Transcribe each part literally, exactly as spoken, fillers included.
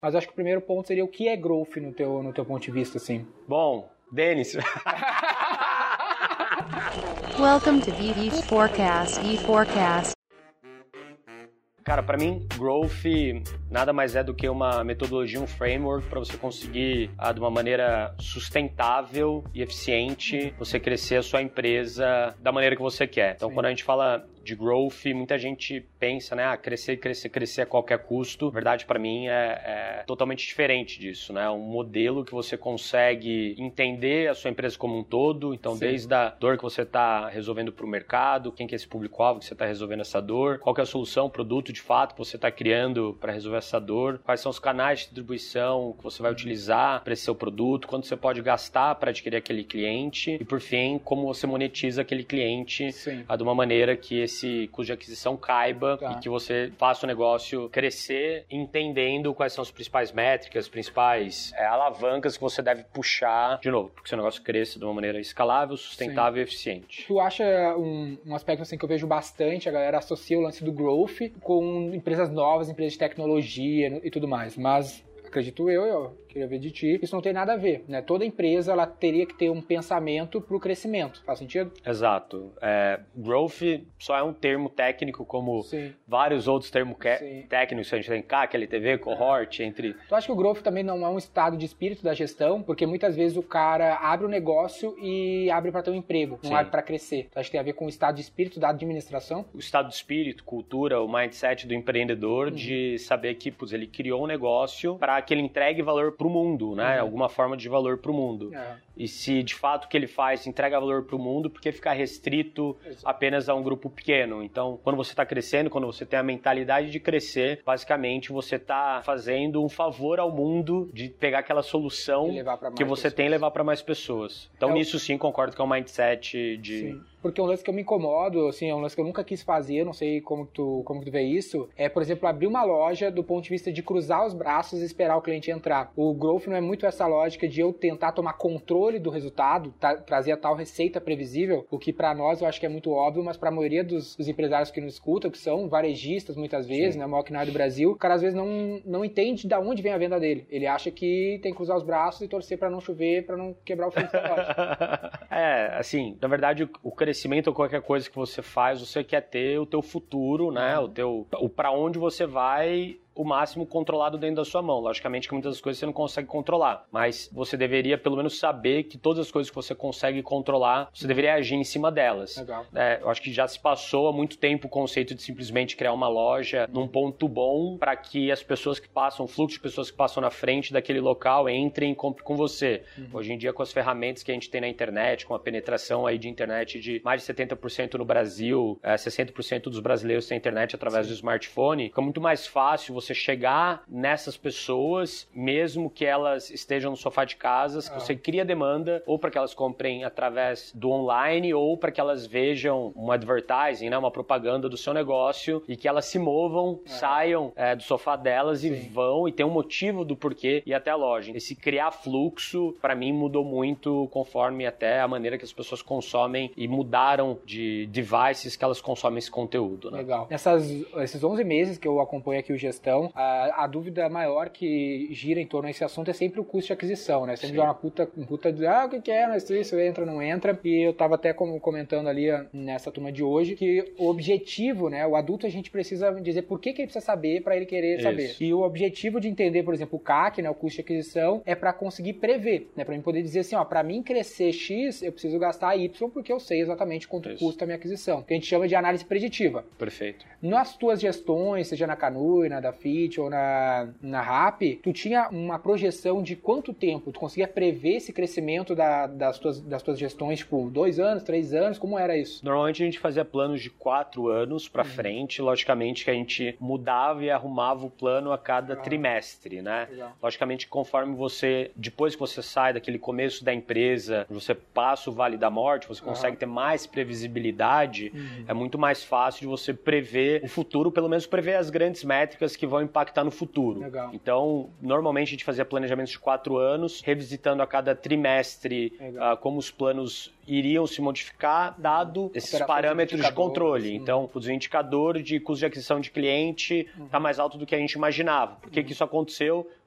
Mas acho que o primeiro ponto seria o que é growth no teu, no teu ponto de vista, assim. Bom, Denis. Welcome to V V Forecast. V Forecast. Cara, para mim, growth nada mais é do que uma metodologia, um framework para você conseguir, ah, de uma maneira sustentável e eficiente, você crescer a sua empresa da maneira que você quer. Então, Sim. quando a gente fala de growth, muita gente pensa, né, ah, crescer, crescer, crescer a qualquer custo. Na verdade, para mim, é, é totalmente diferente disso, né? Um modelo que você consegue entender a sua empresa como um todo. Então, Sim. desde a dor que você está resolvendo para o mercado, quem que é esse público-alvo que você está resolvendo essa dor, qual que é a solução, o produto de fato que você está criando para resolver essa dor, quais são os canais de distribuição que você vai utilizar para esse seu produto, quanto você pode gastar para adquirir aquele cliente e, por fim, como você monetiza aquele cliente Sim. de uma maneira que esse esse custo de aquisição caiba tá. e que você faça o negócio crescer entendendo quais são as principais métricas, as principais é, alavancas que você deve puxar, de novo, porque o seu negócio cresça de uma maneira escalável, sustentável Sim. e eficiente. Tu acha um, um aspecto assim que eu vejo bastante, a galera associa o lance do growth com empresas novas, empresas de tecnologia e tudo mais, mas acredito eu, eu queria ver de ti, isso não tem nada a ver, né? Toda empresa, ela teria que ter um pensamento para o crescimento, faz sentido? Exato. É, growth só é um termo técnico, como Sim. vários outros termos que- técnicos, a gente tem C A C, L T V, cohort, é. entre... Tu acha que o growth também não é um estado de espírito da gestão? Porque muitas vezes o cara abre o um negócio e abre para ter um emprego, não Sim. abre para crescer. Tu acha que tem a ver com o estado de espírito da administração? O estado de espírito, cultura, o mindset do empreendedor uhum. de saber que putz, ele criou um negócio para que ele entregue valor para o mundo, né? Uhum. Alguma forma de valor para o mundo. Uhum. E se de fato o que ele faz entrega valor para o mundo, por que ficar restrito Exato. apenas a um grupo pequeno? Então, quando você está crescendo, quando você tem a mentalidade de crescer, basicamente você está fazendo um favor ao mundo de pegar aquela solução que você pessoas. tem e levar para mais pessoas. Então, é nisso sim, concordo que é um mindset de... Sim. Porque um lance que eu me incomodo, assim, é um lance que eu nunca quis fazer, não sei como tu, como tu vê isso, é, por exemplo, abrir uma loja do ponto de vista de cruzar os braços e esperar o cliente entrar. O growth não é muito essa lógica de eu tentar tomar controle do resultado, tá, trazer a tal receita previsível, o que pra nós eu acho que é muito óbvio, mas pra maioria dos, dos empresários que nos escutam, que são varejistas muitas vezes, Sim. né, o maior que não é do Brasil, o cara às vezes não, não entende de onde vem a venda dele. Ele acha que tem que cruzar os braços e torcer pra não chover, pra não quebrar o fluxo da loja. É, assim, na verdade, o crescimento ou qualquer coisa que você faz, você quer ter o teu futuro, né? Uhum. O teu, o pra onde você vai, o máximo controlado dentro da sua mão. Logicamente que muitas das coisas você não consegue controlar, mas você deveria pelo menos saber que todas as coisas que você consegue controlar, você deveria agir em cima delas. Legal. É, eu acho que já se passou há muito tempo o conceito de simplesmente criar uma loja num ponto bom para que as pessoas que passam, o fluxo de pessoas que passam na frente daquele local entrem e comprem com você. Uhum. Hoje em dia, com as ferramentas que a gente tem na internet, com a penetração aí de internet de mais de setenta por cento no Brasil, é, sessenta por cento dos brasileiros têm internet através Sim. do smartphone, fica muito mais fácil você chegar nessas pessoas, mesmo que elas estejam no sofá de casa, ah. que você cria demanda, ou para que elas comprem através do online, ou para que elas vejam um advertising, né, uma propaganda do seu negócio, e que elas se movam, ah. saiam é, do sofá delas Sim. e vão, e tem um motivo do porquê ir até a loja. Esse criar fluxo, para mim, mudou muito conforme até a maneira que as pessoas consomem e mudaram de devices que elas consomem esse conteúdo. Né? Legal. Nessas, esses onze meses que eu acompanho aqui o Gestão, A, a dúvida maior que gira em torno desse assunto é sempre o custo de aquisição, né? Sempre dá uma puta, um puta de, ah, o que que é, mas isso entra, não entra. E eu tava até como, comentando ali nessa turma de hoje que o objetivo, né? O adulto a gente precisa dizer por que que ele precisa saber para ele querer isso. saber. E o objetivo de entender, por exemplo, o C A C, né? O custo de aquisição, é para conseguir prever, né? Para mim poder dizer assim, ó, para mim crescer X, eu preciso gastar Y porque eu sei exatamente quanto isso. custa a minha aquisição. Que a gente chama de análise preditiva. Perfeito. Nas tuas gestões, seja na Canui, na da Fit ou na, na Rappi, tu tinha uma projeção de quanto tempo tu conseguia prever esse crescimento da, das, tuas, das tuas gestões, tipo, dois anos, três anos, como era isso? Normalmente a gente fazia planos de quatro anos pra uhum. frente, logicamente que a gente mudava e arrumava o plano a cada ah. trimestre, né? Legal. Logicamente conforme você, depois que você sai daquele começo da empresa, você passa o Vale da Morte, você consegue ah. ter mais previsibilidade, uhum. é muito mais fácil de você prever o futuro, pelo menos prever as grandes métricas que vão impactar no futuro. Legal. Então, normalmente a gente fazia planejamentos de quatro anos, revisitando a cada trimestre uh, como os planos iriam se modificar, dado esses parâmetros de controle. Sim. Então, o indicador de custo de aquisição de cliente está uhum. mais alto do que a gente imaginava. Por que uhum. que isso aconteceu?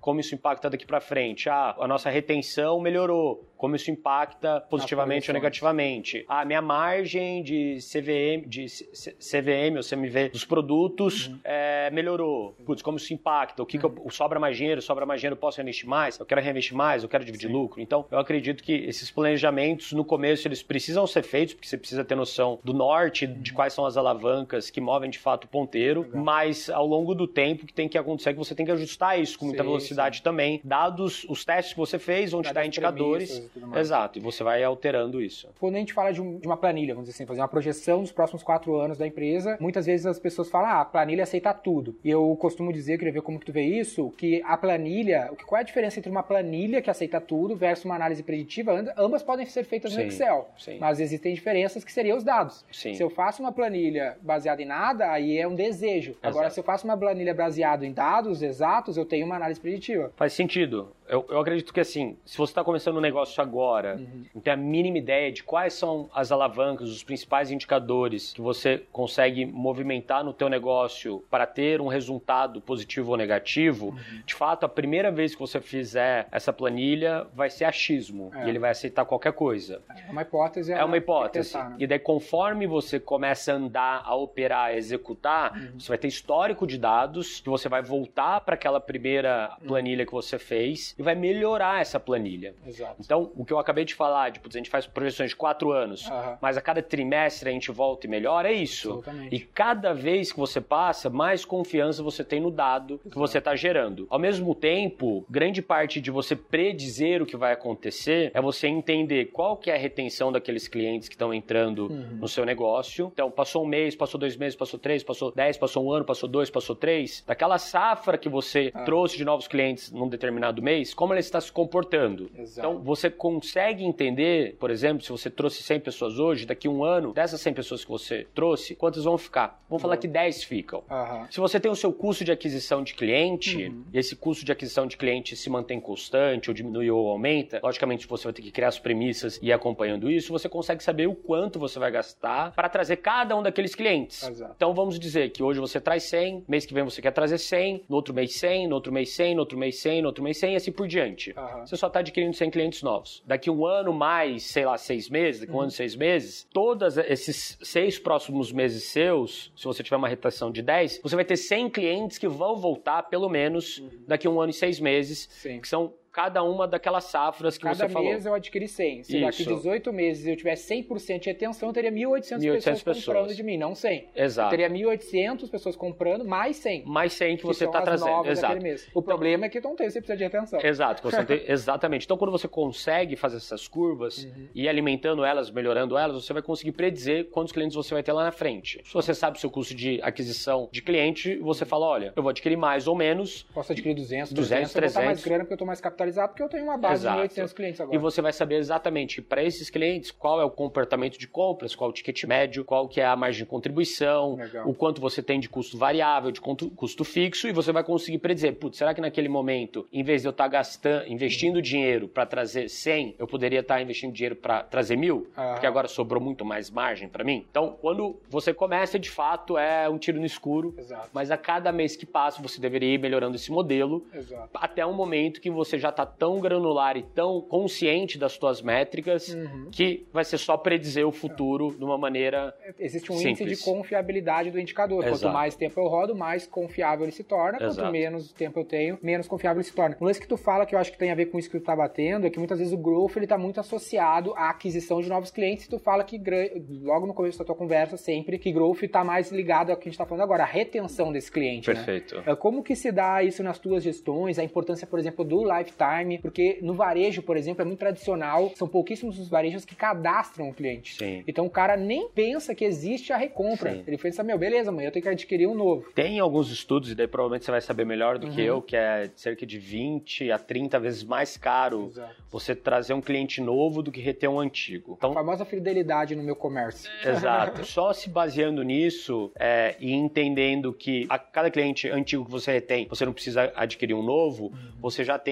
como isso impacta daqui para frente. Ah, a nossa retenção melhorou, como isso impacta positivamente ou negativamente. Ah, minha margem de C V M, de C V M ou C M V dos produtos uhum. é, melhorou. Putz, como isso impacta? O que, uhum. que eu, sobra mais dinheiro, sobra mais dinheiro, eu posso reinvestir mais? Eu quero reinvestir mais, eu quero dividir Sim. lucro. Então, eu acredito que esses planejamentos, no começo, eles precisam ser feitos, porque você precisa ter noção do norte, uhum. de quais são as alavancas que movem, de fato, o ponteiro, Legal. mas ao longo do tempo, o que tem que acontecer é que você tem que ajustar isso com muita sim, velocidade sim. também, dados os testes que você fez, onde dá indicadores. Exato, e você vai alterando isso. Quando a gente fala de, um, de uma planilha, vamos dizer assim, fazer uma projeção dos próximos quatro anos da empresa, muitas vezes as pessoas falam, ah, a planilha aceita tudo. E eu costumo dizer, eu queria ver como que tu vê isso, que a planilha, qual é a diferença entre uma planilha que aceita tudo versus uma análise preditiva? Ambas podem ser feitas sim, no Excel, sim. mas existem diferenças que seriam os dados. Sim. Se eu faço uma planilha baseada em nada, aí é um desejo. Exato. Agora, se eu faço uma planilha baseada em dados exatos, eu tenho uma análise preditiva. Faz sentido. Eu, eu acredito que, assim, se você está começando um negócio agora, uhum. não tem a mínima ideia de quais são as alavancas, os principais indicadores que você consegue movimentar no teu negócio para ter um resultado positivo ou negativo, uhum. de fato, a primeira vez que você fizer essa planilha vai ser achismo. É. E ele vai aceitar qualquer coisa. É uma hipótese. É uma hipótese. Tentar, né? E daí, conforme você começa a andar, a operar, a executar, uhum. você vai ter histórico de dados que você vai voltar para aquela primeira planilha que você fez e vai melhorar essa planilha. Exato. Então, o que eu acabei de falar, tipo, a gente faz projeções de quatro anos, uhum. mas a cada trimestre a gente volta e melhora, é isso. Absolutamente. E cada vez que você passa, mais confiança você tem no dado Exato. Que você está gerando. Ao mesmo tempo, grande parte de você predizer o que vai acontecer é você entender qual que é a retenção daqueles clientes que estão entrando uhum. no seu negócio. Então, passou um mês, passou dois meses, passou três, passou dez, passou um ano, passou dois, passou três. Daquela safra que você ah. trouxe de novos clientes num determinado mês, como ela está se comportando. Exato. Então, você consegue entender, por exemplo, se você trouxe cem pessoas hoje, daqui a um ano, dessas cem pessoas que você trouxe, quantas vão ficar? Vamos falar que dez ficam. Uhum. Se você tem o seu custo de aquisição de cliente, uhum. e esse custo de aquisição de cliente se mantém constante, ou diminui ou aumenta, logicamente você vai ter que criar as premissas e ir acompanhando isso, você consegue saber o quanto você vai gastar para trazer cada um daqueles clientes. Exato. Então, vamos dizer que hoje você traz cem, mês que vem você quer trazer cem, no outro mês cem, no outro mês cem, no outro mês cem, no outro mês cem, e assim por diante. Uhum. Você só está adquirindo cem clientes novos. Daqui um ano mais, sei lá, seis meses, daqui um uhum. ano, seis meses, todos esses seis próximos meses seus, se você tiver uma retenção de dez, você vai ter cem clientes que vão voltar pelo menos uhum. daqui a um ano e seis meses, Sim. que são cada uma daquelas safras que cada você falou. Cada mês eu adquiri cem. Se Isso. daqui dezoito meses eu tiver cem por cento de retenção, eu teria mil e oitocentas pessoas, pessoas comprando de mim, não cem. Exato. Eu teria mil e oitocentas pessoas comprando, mais cem. Mais cem que, que você está trazendo. Exato. Mês. O problema é que não tem, você precisa de retenção. Exato. Você tem, exatamente. Então, quando você consegue fazer essas curvas uhum. e ir alimentando elas, melhorando elas, você vai conseguir predizer quantos clientes você vai ter lá na frente. Se você sabe o seu custo de aquisição de cliente, você fala, olha, eu vou adquirir mais ou menos. Posso adquirir duzentos, duzentos, trezentos, trezentos. Eu vou botar mais grana porque eu estou mais capitalizado, porque eu tenho uma base Exato. de mil e oitocentos clientes agora. E você vai saber exatamente para esses clientes qual é o comportamento de compras, qual é o ticket médio, qual que é a margem de contribuição, Legal. O quanto você tem de custo variável, de custo fixo, e você vai conseguir predizer, putz, será que naquele momento, em vez de eu estar gastando, investindo dinheiro para trazer cem, eu poderia estar investindo dinheiro para trazer mil? Uhum. Porque agora sobrou muito mais margem para mim? Então, quando você começa, de fato, é um tiro no escuro, Exato. Mas a cada mês que passa, você deveria ir melhorando esse modelo, Exato. Até um momento que você já está tão granular e tão consciente das suas métricas uhum. que vai ser só predizer o futuro de uma maneira Existe um simples. Índice de confiabilidade do indicador. Exato. Quanto mais tempo eu rodo, mais confiável ele se torna. Exato. Quanto menos tempo eu tenho, menos confiável ele se torna. Um lance que tu fala, que eu acho que tem a ver com isso que tu tá batendo, é que muitas vezes o growth ele tá muito associado à aquisição de novos clientes, e tu fala que, logo no começo da tua conversa, sempre, que growth tá mais ligado ao que a gente tá falando agora, a retenção desse cliente. Perfeito. Né? Como que se dá isso nas tuas gestões, a importância, por exemplo, do lifetime, porque no varejo, por exemplo, é muito tradicional, são pouquíssimos os varejos que cadastram o cliente. Sim. Então o cara nem pensa que existe a recompra. Sim. Ele pensa, meu, beleza, amanhã eu tenho que adquirir um novo. Tem alguns estudos, e daí provavelmente você vai saber melhor do uhum. que eu, que é cerca de vinte a trinta vezes mais caro Exato. Você trazer um cliente novo do que reter um antigo. Então, a famosa fidelidade no meu comércio. Exato. Só se baseando nisso é, e entendendo que a cada cliente antigo que você retém, você não precisa adquirir um novo, uhum. você já tem aí um fator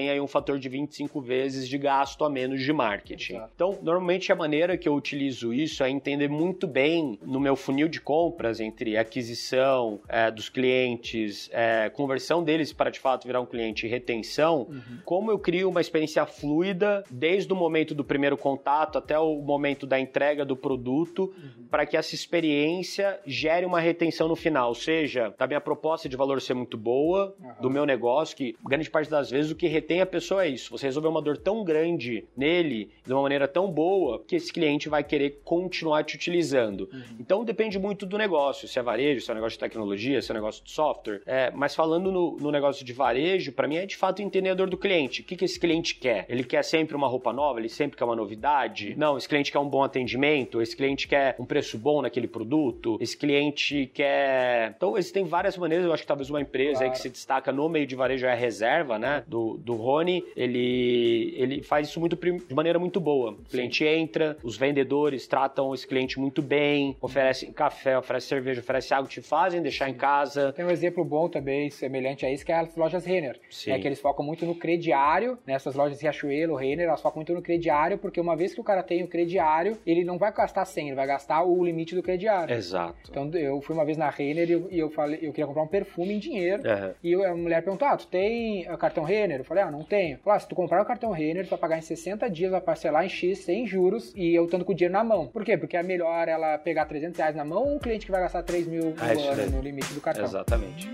fator de vinte e cinco vezes de gasto a menos de marketing. Exato. Então, normalmente a maneira que eu utilizo isso é entender muito bem no meu funil de compras entre aquisição é, dos clientes, é, conversão deles para de fato virar um cliente e retenção, uhum. como eu crio uma experiência fluida desde o momento do primeiro contato até o momento da entrega do produto, uhum. para que essa experiência gere uma retenção no final, ou seja, da minha proposta de valor ser muito boa, uhum. do meu negócio, que grande parte das vezes o que retém a pessoa é isso, você resolveu uma dor tão grande nele, de uma maneira tão boa, que esse cliente vai querer continuar te utilizando. Uhum. Então depende muito do negócio, se é varejo, se é um negócio de tecnologia, se é um negócio de software, é, mas falando no, no negócio de varejo, para mim é de fato entender a dor do cliente, o que, que esse cliente quer? Ele quer sempre uma roupa nova? Ele sempre quer uma novidade? Não, esse cliente quer um bom atendimento, esse cliente quer um preço bom naquele produto, esse cliente quer... Então existem várias maneiras, eu acho que talvez uma empresa claro. aí que se destaca no meio de varejo é a Reserva, né, do, do Rony, ele, ele faz isso muito, de maneira muito boa. O cliente Sim. entra, os vendedores tratam esse cliente muito bem, oferecem café, oferecem cerveja, oferecem água, te fazem deixar em casa. Tem um exemplo bom também, semelhante a isso, que é as lojas Renner, né, que eles focam muito no crediário, nessas lojas Riachuelo, Renner, elas focam muito no crediário, porque uma vez que o cara tem o crediário, ele não vai gastar cem, ele vai gastar o limite do crediário. Exato. Então eu fui uma vez na Renner e eu, e eu falei, eu queria comprar um perfume em dinheiro, uhum. e a mulher perguntou, ah, tu tem cartão Renner? Eu falei, ah, não tenho. Falei, ah, se tu comprar o cartão Renner, tu vai pagar em sessenta dias, vai parcelar em X, sem juros, e eu estando com o dinheiro na mão. Por quê? Porque é melhor ela pegar trezentos reais na mão ou um cliente que vai gastar três mil no, ah, ano, no limite do cartão. Exatamente.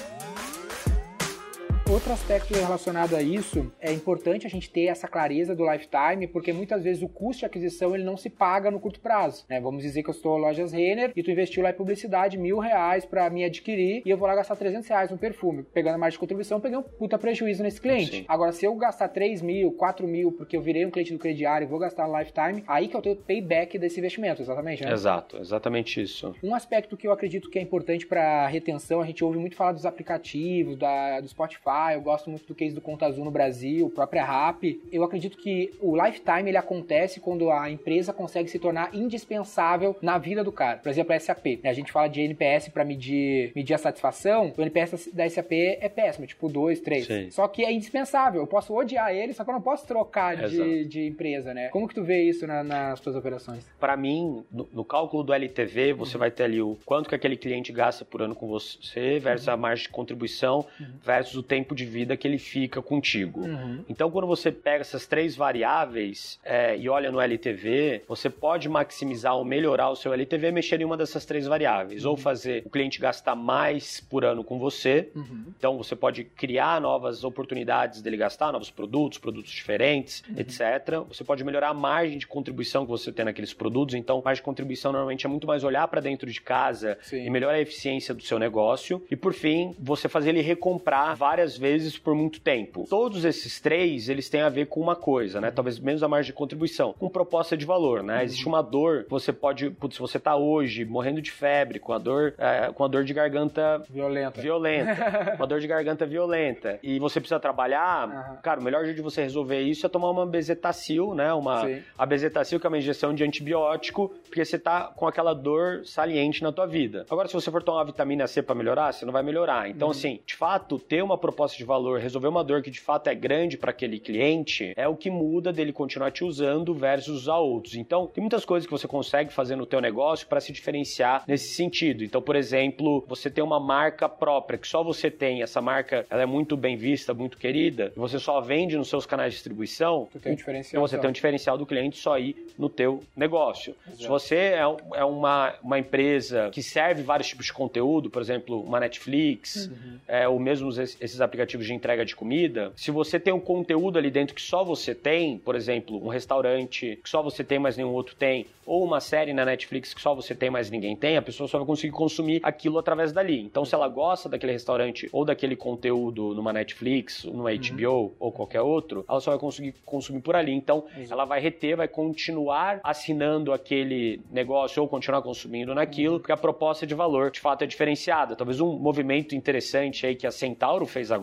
Outro aspecto relacionado a isso, é importante a gente ter essa clareza do lifetime, porque muitas vezes o custo de aquisição ele não se paga no curto prazo, né? Vamos dizer que eu estou lojas Renner e tu investiu lá em publicidade mil reais para me adquirir e eu vou lá gastar trezentos reais no perfume. Pegando a margem de contribuição, eu peguei um puta prejuízo nesse cliente. Sim. Agora, se eu gastar três mil, quatro mil, porque eu virei um cliente do crediário e vou gastar no lifetime, aí que eu tenho o payback desse investimento, exatamente, né? Exato, exatamente isso. Um aspecto que eu acredito que é importante para retenção, a gente ouve muito falar dos aplicativos, da, do Spotify, eu gosto muito do case do Conta Azul no Brasil, própria Rappi. Eu acredito que o lifetime ele acontece quando a empresa consegue se tornar indispensável na vida do cara. Por exemplo, a S A P. A gente fala de N P S para medir, medir a satisfação. O N P S da S A P é péssimo, tipo dois, três. Sim. Só que é indispensável. Eu posso odiar ele, só que eu não posso trocar de, de empresa, né? Como que tu vê isso na, nas tuas operações? Para mim, no, no cálculo do L T V, você uhum. vai ter ali o quanto que aquele cliente gasta por ano com você versus uhum. a margem de contribuição uhum. versus o tempo de vida que ele fica contigo. Uhum. Então, quando você pega essas três variáveis é, e olha no L T V, você pode maximizar ou melhorar o seu L T V mexer em uma dessas três variáveis. Uhum. Ou fazer o cliente gastar mais por ano com você. Uhum. Então, você pode criar novas oportunidades dele gastar, novos produtos, produtos diferentes, uhum. etcétera. Você pode melhorar a margem de contribuição que você tem naqueles produtos. Então, a margem de contribuição normalmente é muito mais olhar para dentro de casa Sim. e melhorar a eficiência do seu negócio. E, por fim, você fazer ele recomprar várias vezes por muito tempo. Todos esses três, eles têm a ver com uma coisa, né? Talvez menos a margem de contribuição, com proposta de valor, né? Uhum. Existe uma dor, você pode, putz, se você tá hoje morrendo de febre, com a dor, é, com a dor de garganta violenta, violenta uma dor de garganta violenta, e você precisa trabalhar, uhum. cara, o melhor jeito de você resolver isso é tomar uma bezetacil, né? Uma, a bezetacil, que é uma injeção de antibiótico, porque você tá com aquela dor saliente na tua vida. Agora, se você for tomar uma vitamina C para melhorar, você não vai melhorar. Então, uhum. assim, de fato, ter uma proposta de valor, resolver uma dor que de fato é grande para aquele cliente, é o que muda dele continuar te usando versus usar outros. Então, tem muitas coisas que você consegue fazer no teu negócio para se diferenciar nesse sentido. Então, por exemplo, você tem uma marca própria, que só você tem, essa marca, ela é muito bem vista, muito querida, e você só vende nos seus canais de distribuição, tu tem um diferencial, então você tem um diferencial do cliente só ir no teu negócio. Exato. Se você é, é uma, uma empresa que serve vários tipos de conteúdo, por exemplo, uma Netflix, uhum. é, ou mesmo esses aplicativos de entrega de comida, se você tem um conteúdo ali dentro que só você tem, por exemplo, um restaurante que só você tem, mas nenhum outro tem, ou uma série na Netflix que só você tem, mas ninguém tem, a pessoa só vai conseguir consumir aquilo através dali. Então, se ela gosta daquele restaurante ou daquele conteúdo numa Netflix, numa H B O uhum. ou qualquer outro, ela só vai conseguir consumir por ali. Então, Exato. ela vai reter, vai continuar assinando aquele negócio ou continuar consumindo naquilo, uhum. porque a proposta de valor, de fato, é diferenciada. Talvez um movimento interessante aí que a Centauro fez agora,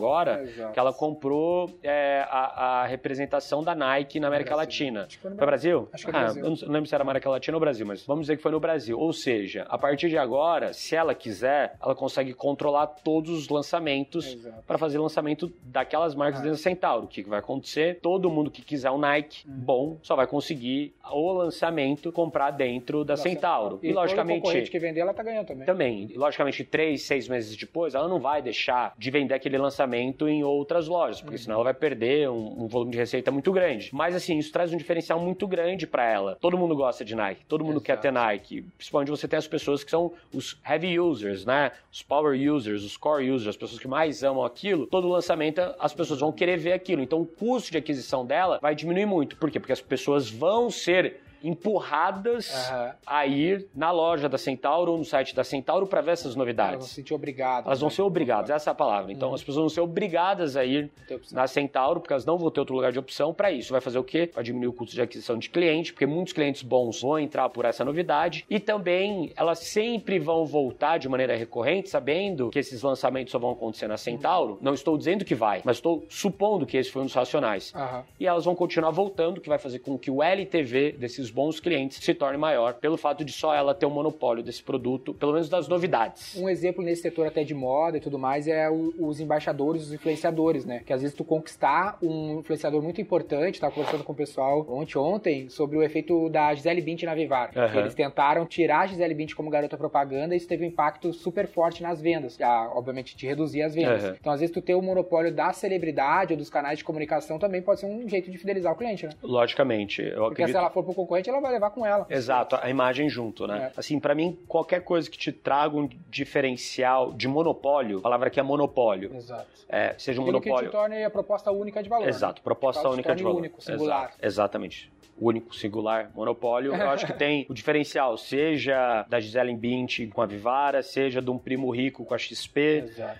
agora, Exato. que ela comprou é, a, a representação da Nike na América Brasil. Latina. Acho que foi no Foi Brasil? Acho que é ah, Brasil. Eu não lembro se era América Latina ou Brasil, mas vamos dizer que foi no Brasil. Ou seja, a partir de agora, se ela quiser, ela consegue controlar todos os lançamentos para fazer lançamento daquelas marcas ah. dentro da Centauro. O que vai acontecer? Todo mundo que quiser um Nike hum. bom só vai conseguir o lançamento comprar dentro da, da Centauro. E, e logicamente, todo concorrente que vender, ela tá ganhando também. Também. Logicamente, três, seis meses depois, ela não vai deixar de vender aquele lançamento em outras lojas, porque uhum. senão ela vai perder um, um volume de receita muito grande. Mas assim, isso traz um diferencial muito grande para ela. Todo mundo gosta de Nike, todo mundo Exato. Quer ter Nike. Principalmente você tem as pessoas que são os heavy users, né? Os power users, os core users, as pessoas que mais amam aquilo. Todo lançamento, as pessoas vão querer ver aquilo. Então, o custo de aquisição dela vai diminuir muito. Por quê? Porque as pessoas vão ser empurradas uhum. a ir na loja da Centauro ou no site da Centauro para ver essas novidades. Elas vão se sentir obrigadas. Elas vão ser obrigadas, essa é a palavra. Então uhum. as pessoas vão ser obrigadas a ir na Centauro, porque elas não vão ter outro lugar de opção para isso. Vai fazer o quê? Vai diminuir o custo de aquisição de cliente, porque muitos clientes bons vão entrar por essa novidade. E também elas sempre vão voltar de maneira recorrente, sabendo que esses lançamentos só vão acontecer na Centauro. Uhum. Não estou dizendo que vai, mas estou supondo que esse foi um dos racionais. Uhum. E elas vão continuar voltando, que vai fazer com que o L T V desses bons clientes se torne maior, pelo fato de só ela ter um monopólio desse produto, pelo menos das novidades. Um exemplo nesse setor até de moda e tudo mais é o, os embaixadores, os influenciadores, né? Que às vezes tu conquistar um influenciador muito importante, tava conversando com o pessoal ontem, ontem, sobre o efeito da Gisele Bündchen na Vivar. Uhum. Eles tentaram tirar a Gisele Bündchen como garota propaganda e isso teve um impacto super forte nas vendas, já, obviamente de reduzir as vendas. Uhum. Então às vezes tu ter o monopólio da celebridade ou dos canais de comunicação também pode ser um jeito de fidelizar o cliente, né? Logicamente. Eu Porque acredito... se ela for pro concorrente, ela vai levar com ela. Exato, a imagem junto, né? É. Assim, pra mim, qualquer coisa que te traga um diferencial de monopólio, a palavra aqui é monopólio. Exato. É, seja um Aquilo monopólio... que te torne a proposta única de valor. Exato, né? proposta única de valor. Único, singular. Exato. Exatamente. Único, singular, monopólio, eu acho que tem o diferencial, seja da Gisele Bündchen com a Vivara, seja de um primo rico com a X P, Exato.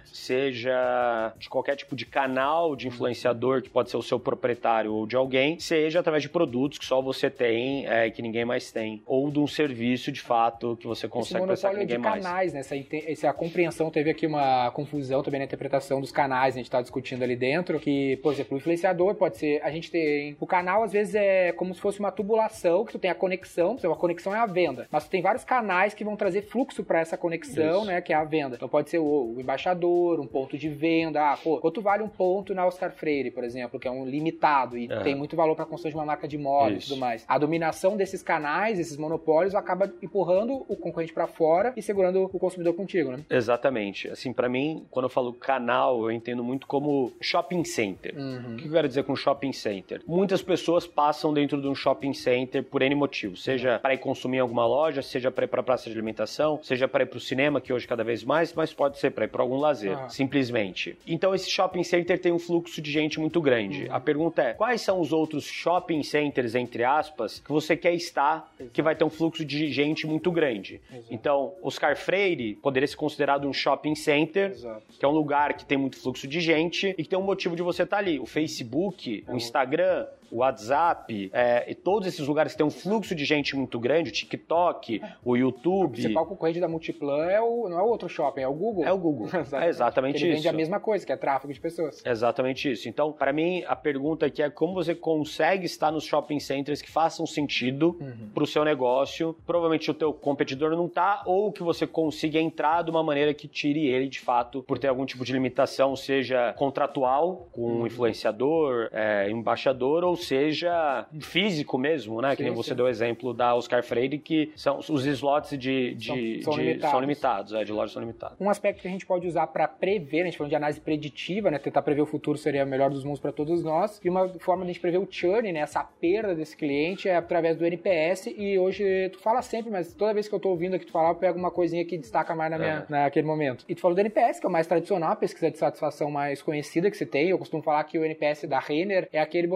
Seja de qualquer tipo de canal de influenciador, que pode ser o seu proprietário ou de alguém, seja através de produtos que só você tem, é, que ninguém mais tem, ou de um serviço, de fato, que você consegue prestar que ninguém mais. Esse monopólio de canais, né? Essa, essa compreensão, teve aqui uma confusão também na interpretação dos canais, a gente tá discutindo ali dentro, que, por exemplo, o influenciador pode ser, a gente tem, o canal às vezes é como se fosse uma tubulação, que tu tem a conexão, a conexão é a venda, mas tu tem vários canais que vão trazer fluxo para essa conexão, Isso. né, que é a venda. Então pode ser o, o embaixador, um ponto de venda, ah, pô, quanto vale um ponto na Oscar Freire, por exemplo, que é um limitado e uhum. tem muito valor para a construção de uma marca de moda Isso. e tudo mais. A dominação desses canais, esses monopólios, acaba empurrando o concorrente para fora e segurando o consumidor contigo, né? Exatamente. Assim, para mim, quando eu falo canal, eu entendo muito como shopping center. Uhum. O que eu quero dizer com shopping center? Muitas pessoas passam dentro de um shopping center por N motivos, seja para ir consumir em alguma loja, seja para ir para a praça de alimentação, seja para ir para o cinema, que hoje cada vez mais, mas pode ser para ir para algum lazer, ah. simplesmente. Então esse shopping center tem um fluxo de gente muito grande. Uhum. A pergunta é, quais são os outros shopping centers, entre aspas, que você quer estar, Exato. Que vai ter um fluxo de gente muito grande? Exato. Então, Oscar Freire poderia ser considerado um shopping center, Exato. Que é um lugar que tem muito fluxo de gente e que tem um motivo de você estar ali. O Facebook, uhum. o Instagram, o WhatsApp, é, e todos esses lugares que tem um fluxo de gente muito grande, o TikTok, o YouTube... O principal concorrente da Multiplan é o, não é o outro shopping, é o Google. É o Google, exatamente. É exatamente ele isso. Ele vende a mesma coisa, que é tráfego de pessoas. Exatamente isso. Então, para mim, a pergunta aqui é como você consegue estar nos shopping centers que façam sentido uhum. pro seu negócio. Provavelmente o teu competidor não tá, ou que você consiga entrar de uma maneira que tire ele, de fato, por ter algum tipo de limitação, seja contratual, com um influenciador, é, embaixador, ou seja físico mesmo, né? Sim, que nem você sim. deu o exemplo da Oscar Freire, que são os slots de, de, são, são de, limitados, são limitados é, de lojas são limitados. Um aspecto que a gente pode usar para prever, a gente falou de análise preditiva, né? Tentar prever o futuro seria o melhor dos mundos para todos nós. E uma forma de a gente prever o churn, né? Essa perda desse cliente é através do N P S. E hoje tu fala sempre, mas toda vez que eu tô ouvindo aqui tu falar, eu pego uma coisinha que destaca mais na minha, é. naquele momento. E tu falou do N P S, que é o mais tradicional, a pesquisa de satisfação mais conhecida que se tem. Eu costumo falar que o N P S da Renner é aquele botãozinho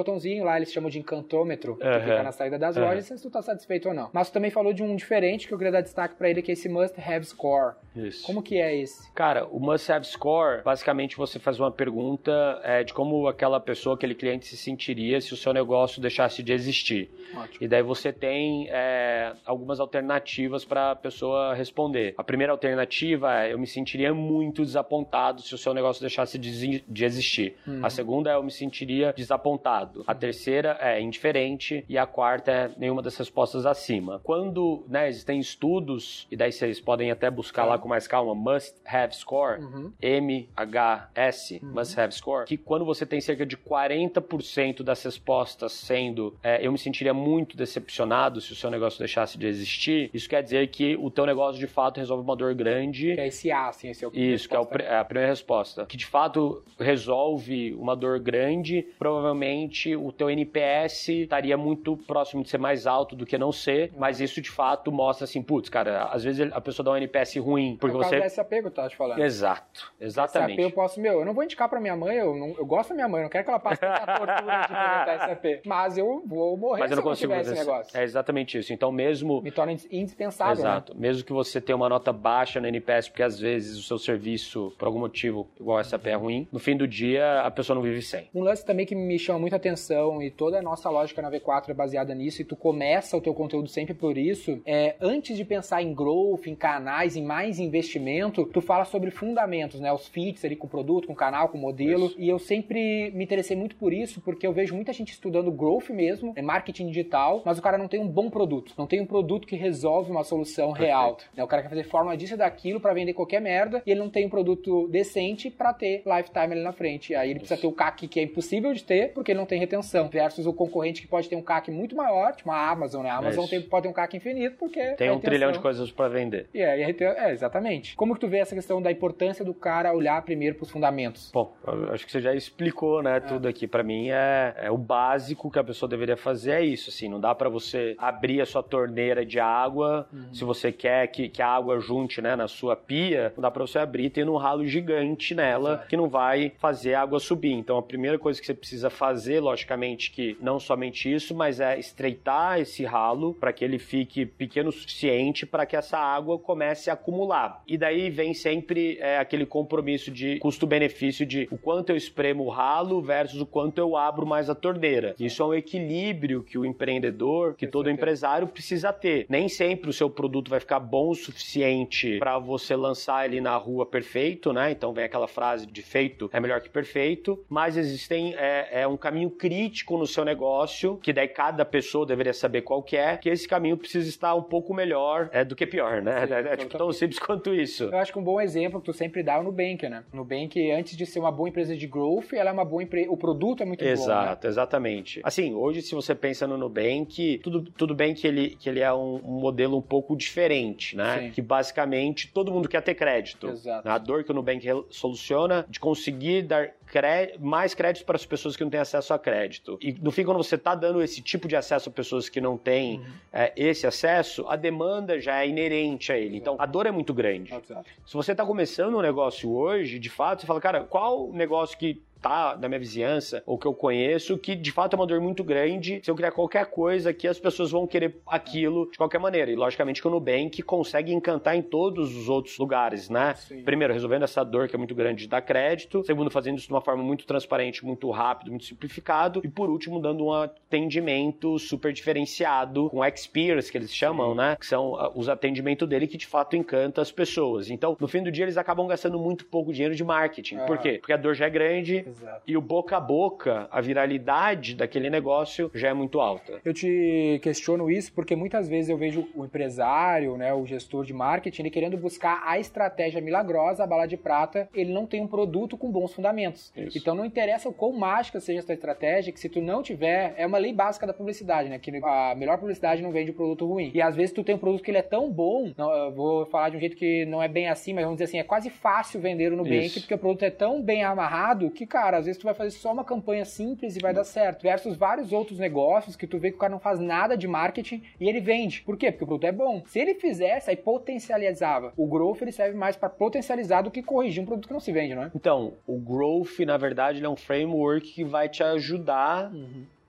lá eles chamam de encantômetro, que Uhum. fica na saída das lojas, se tu tá satisfeito ou não. Mas tu também falou de um diferente que eu queria dar destaque pra ele, que é esse Must Have Score. Isso. Como que é esse? Cara, o Must Have Score, basicamente você faz uma pergunta é, de como aquela pessoa, aquele cliente se sentiria se o seu negócio deixasse de existir. Ótimo. E daí você tem é, algumas alternativas para a pessoa responder. A primeira alternativa é: eu me sentiria muito desapontado se o seu negócio deixasse de, de existir. Uhum. A segunda é: eu me sentiria desapontado. A terceira é indiferente. E a quarta é nenhuma das respostas acima. Quando, né, existem estudos, e daí vocês podem até buscar lá com mais calma, Must Have Score, uhum. M H S, uhum. Must Have Score, que quando você tem cerca de quarenta por cento das respostas sendo é, eu me sentiria muito decepcionado se o seu negócio deixasse de existir, isso quer dizer que o teu negócio de fato resolve uma dor grande. Que é esse A, assim, esse é o Isso, que é, o, é a primeira resposta. Que de fato resolve uma dor grande, provavelmente o teu N P S estaria muito próximo de ser mais alto do que não ser, mas isso de fato mostra assim, putz, cara, às vezes a pessoa dá um N P S ruim, porque é o caso você... do S A P que eu tava te falando. Exato, exatamente. S A P eu posso, meu, eu não vou indicar pra minha mãe, eu, não, eu gosto da minha mãe, eu não quero que ela passe tanta tortura de implementar S A P, mas eu vou morrer mas eu não se consigo eu não tiver esse negócio. É exatamente isso, então mesmo... Me torna indispensável, Exato, né? Mesmo que você tenha uma nota baixa no N P S, porque às vezes o seu serviço, por algum motivo, igual S A P é ruim, no fim do dia a pessoa não vive sem. Um lance também que me chama muita atenção, e toda a nossa lógica na V quatro é baseada nisso, e tu começa o teu conteúdo sempre por isso, é, antes de pensar em growth, em canais, em mais investimento, tu fala sobre fundamentos, né? Os fits ali com o produto, com o canal, com o modelo, isso. E eu sempre me interessei muito por isso, porque eu vejo muita gente estudando growth mesmo, é marketing digital, mas o cara não tem um bom produto, não tem um produto que resolve uma solução Perfeito. real. Né? O cara quer fazer forma disso e daquilo pra vender qualquer merda, e ele não tem um produto decente pra ter lifetime ali na frente. Aí ele isso. precisa ter o C A C que é impossível de ter, porque ele não tem retenção, versus o concorrente que pode ter um C A C muito maior, tipo a Amazon, né? A Amazon é tem, pode ter um C A C infinito, porque tem um trilhão de coisas pra vender. E é, e é, exatamente. Como que tu vê essa questão da importância do cara olhar primeiro pros fundamentos? Bom, acho que você já explicou, né, é. tudo aqui. Pra mim é, é o básico que a pessoa deveria fazer, é isso, assim, não dá pra você abrir a sua torneira de água, uhum. se você quer que, que a água junte, né, na sua pia, não dá pra você abrir tendo um ralo gigante nela, Exato. que não vai fazer a água subir. Então a primeira coisa que você precisa fazer, logicamente que não somente isso, mas é estreitar esse ralo para que ele fique pequeno o suficiente para que essa água comece a acumular. E daí vem sempre é, aquele compromisso de custo-benefício de o quanto eu espremo o ralo versus o quanto eu abro mais a torneira. Isso é um equilíbrio que o empreendedor, que todo empresário precisa ter. Nem sempre o seu produto vai ficar bom o suficiente para você lançar ele na rua perfeito, né? Então vem aquela frase de feito é melhor que perfeito, mas existem é, é um caminho crítico no seu negócio, que daí cada pessoa deveria saber qual que é, que esse caminho precisa estar um pouco melhor é, do que pior, né? Sim, é, é tipo tão simples quanto isso. Eu acho que um bom exemplo que tu sempre dá é o Nubank, né? O Nubank, antes de ser uma boa empresa de growth, ela é uma boa empresa, o produto é muito Exato, bom. Exato, né? Exatamente. Assim, hoje se você pensa no Nubank, tudo, tudo bem que ele, que ele é um, um modelo um pouco diferente, né? Sim. Que basicamente todo mundo quer ter crédito. Exato. A dor que o Nubank soluciona de conseguir dar cré... mais crédito para as pessoas que não têm acesso a crédito. E no fim, quando você está dando esse tipo de acesso a pessoas que não têm uhum. é, esse acesso, a demanda já é inerente a ele. Exato. Então, a dor é muito grande. Exato. Se você está começando um negócio hoje, de fato, você fala, cara, qual negócio que tá na minha vizinhança, ou que eu conheço, que de fato é uma dor muito grande, se eu criar qualquer coisa que as pessoas vão querer aquilo de qualquer maneira. E logicamente que o Nubank consegue encantar em todos os outros lugares, né? Sim. Primeiro, resolvendo essa dor que é muito grande de dar crédito. Segundo, fazendo isso de uma forma muito transparente, muito rápido, muito simplificado. E por último, dando um atendimento super diferenciado, com experience, que eles chamam, Sim. né? Que são os atendimentos dele que de fato encanta as pessoas. Então, no fim do dia, eles acabam gastando muito pouco dinheiro de marketing. Ah. Por quê? Porque a dor já é grande, Exato. E o boca a boca, a viralidade daquele negócio já é muito alta. Eu te questiono isso porque muitas vezes eu vejo o empresário, né, o gestor de marketing, ele querendo buscar a estratégia milagrosa, a bala de prata, ele não tem um produto com bons fundamentos. Isso. Então não interessa o quão mágica seja a sua estratégia, que se tu não tiver, é uma lei básica da publicidade, né, que a melhor publicidade não vende um produto ruim. E às vezes tu tem um produto que ele é tão bom, não, eu vou falar de um jeito que não é bem assim, mas vamos dizer assim, é quase fácil vender no Nubank, isso. porque o produto é tão bem amarrado que, cara, às vezes tu vai fazer só uma campanha simples e vai dar certo. Versus vários outros negócios que tu vê que o cara não faz nada de marketing e ele vende. Por quê? Porque o produto é bom. Se ele fizesse, aí potencializava. O growth, ele serve mais para potencializar do que corrigir um produto que não se vende, não é? Então, o growth, na verdade, ele é um framework que vai te ajudar uhum.